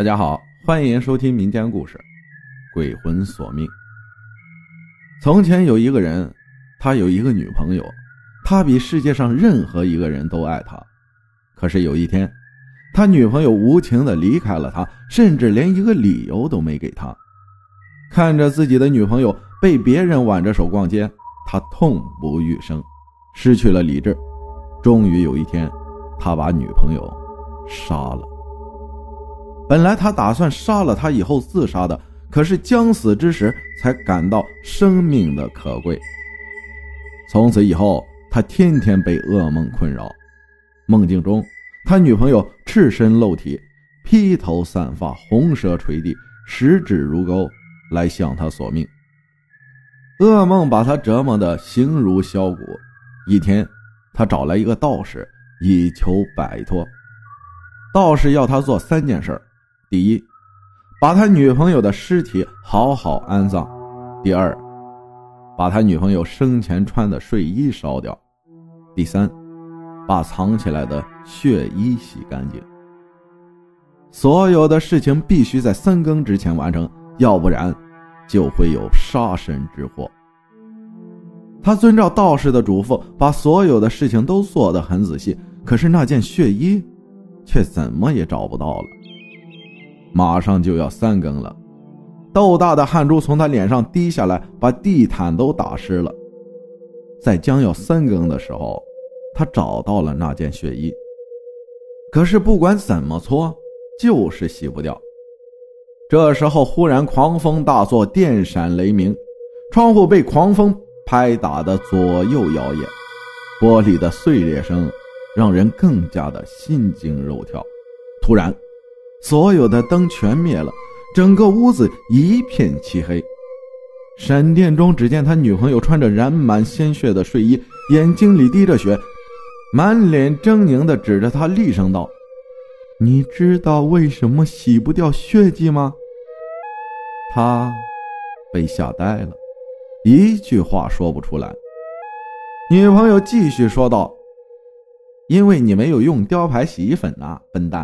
大家好，欢迎收听民间故事《鬼魂索命》。从前有一个人，他有一个女朋友，他比世界上任何一个人都爱她。可是有一天，他女朋友无情地离开了他，甚至连一个理由都没给他。看着自己的女朋友被别人挽着手逛街，他痛不欲生，失去了理智。终于有一天，他把女朋友杀了。本来他打算杀了她以后自杀的，可是将死之时才感到生命的可贵。从此以后，他天天被噩梦困扰。梦境中，他女朋友赤身露体，披头散发，红舌垂地，十指如钩，来向他索命。噩梦把他折磨得形如削骨。一天，他找来一个道士以求摆脱。道士要他做3件事：第一，把他女朋友的尸体好好安葬；第二，把他女朋友生前穿的睡衣烧掉；第三，把藏起来的血衣洗干净。所有的事情必须在3更之前完成，要不然就会有杀身之祸。他遵照道士的嘱咐，把所有的事情都做得很仔细，可是那件血衣却怎么也找不到了。马上就要3更了，豆大的汗珠从他脸上滴下来，把地毯都打湿了。在将要3更的时候，他找到了那件血衣，可是不管怎么搓，就是洗不掉。这时候忽然狂风大作，电闪雷鸣，窗户被狂风拍打得左右摇曳，玻璃的碎裂声让人更加的心惊肉跳。突然，所有的灯全灭了，整个屋子一片漆黑。闪电中，只见他女朋友穿着染满鲜血的睡衣，眼睛里滴着血，满脸狰狞地指着他厉声道：“你知道为什么洗不掉血迹吗？”他被吓呆了，一句话说不出来。女朋友继续说道：“因为你没有用雕牌洗衣粉啊，笨蛋。”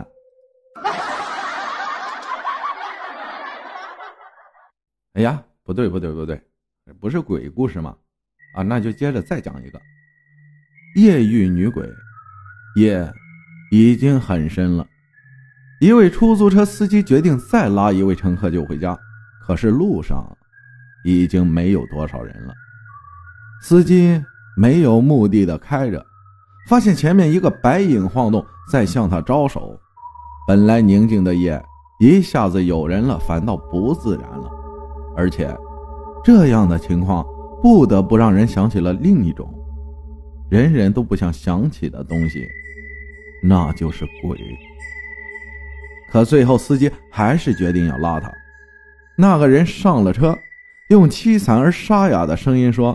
哎呀，不对，不是鬼故事吗？啊，那就接着再讲一个。夜遇女鬼。夜已经很深了，一位出租车司机决定再拉一位乘客就回家，可是路上已经没有多少人了。司机没有目的的开着，发现前面一个白影晃动，在向他招手。本来宁静的夜一下子有人了，反倒不自然了。而且这样的情况不得不让人想起了另一种人人都不想想起的东西，那就是鬼。可最后司机还是决定要拉他。那个人上了车，用凄惨而沙哑的声音说：“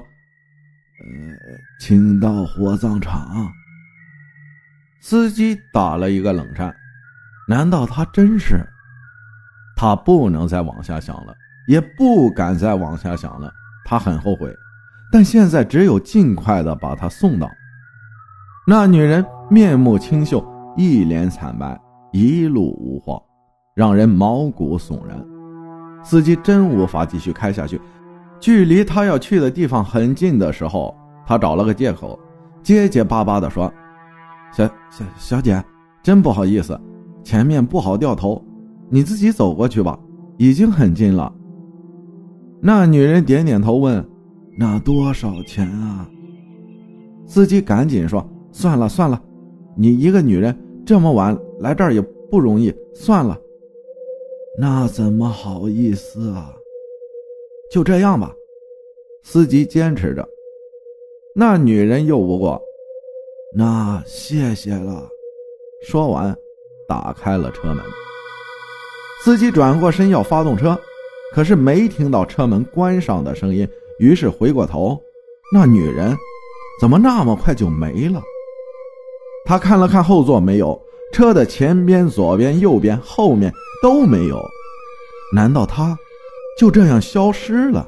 请到火葬场。”司机打了一个冷战，难道他真是？他不能再往下想了，也不敢再往下想了。他很后悔，但现在只有尽快的把他送到。那女人面目清秀，一脸惨白，一路无话，让人毛骨悚然。司机真无法继续开下去，距离他要去的地方很近的时候，他找了个借口，结结巴巴地说：“小姐，真不好意思，前面不好掉头，你自己走过去吧，已经很近了。”那女人点点头问：“那多少钱啊？”司机赶紧说：“算了，你一个女人这么晚来这儿也不容易，算了。”“那怎么好意思啊？”“就这样吧。”司机坚持着。那女人拗不过：“那谢谢了。”说完打开了车门。司机转过身要发动车，可是没听到车门关上的声音，于是回过头，那女人怎么那么快就没了？他看了看后座，没有，车的前边、左边、右边、后面都没有。难道她就这样消失了？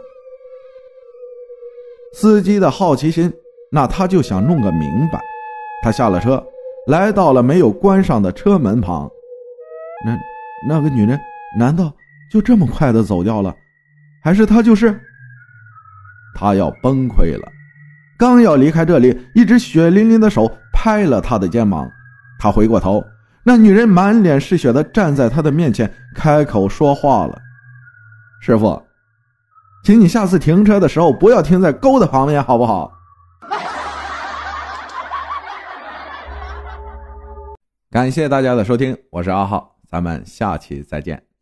司机的好奇心，那他就想弄个明白。他下了车，来到了没有关上的车门旁。 那个女人难道就这么快的走掉了？还是她就是……他要崩溃了，刚要离开这里，一只血淋淋的手拍了他的肩膀。他回过头，那女人满脸是血的站在他的面前，开口说话了：“师傅，请你下次停车的时候不要停在沟的旁边，好不好？”感谢大家的收听，我是阿浩，咱们下期再见。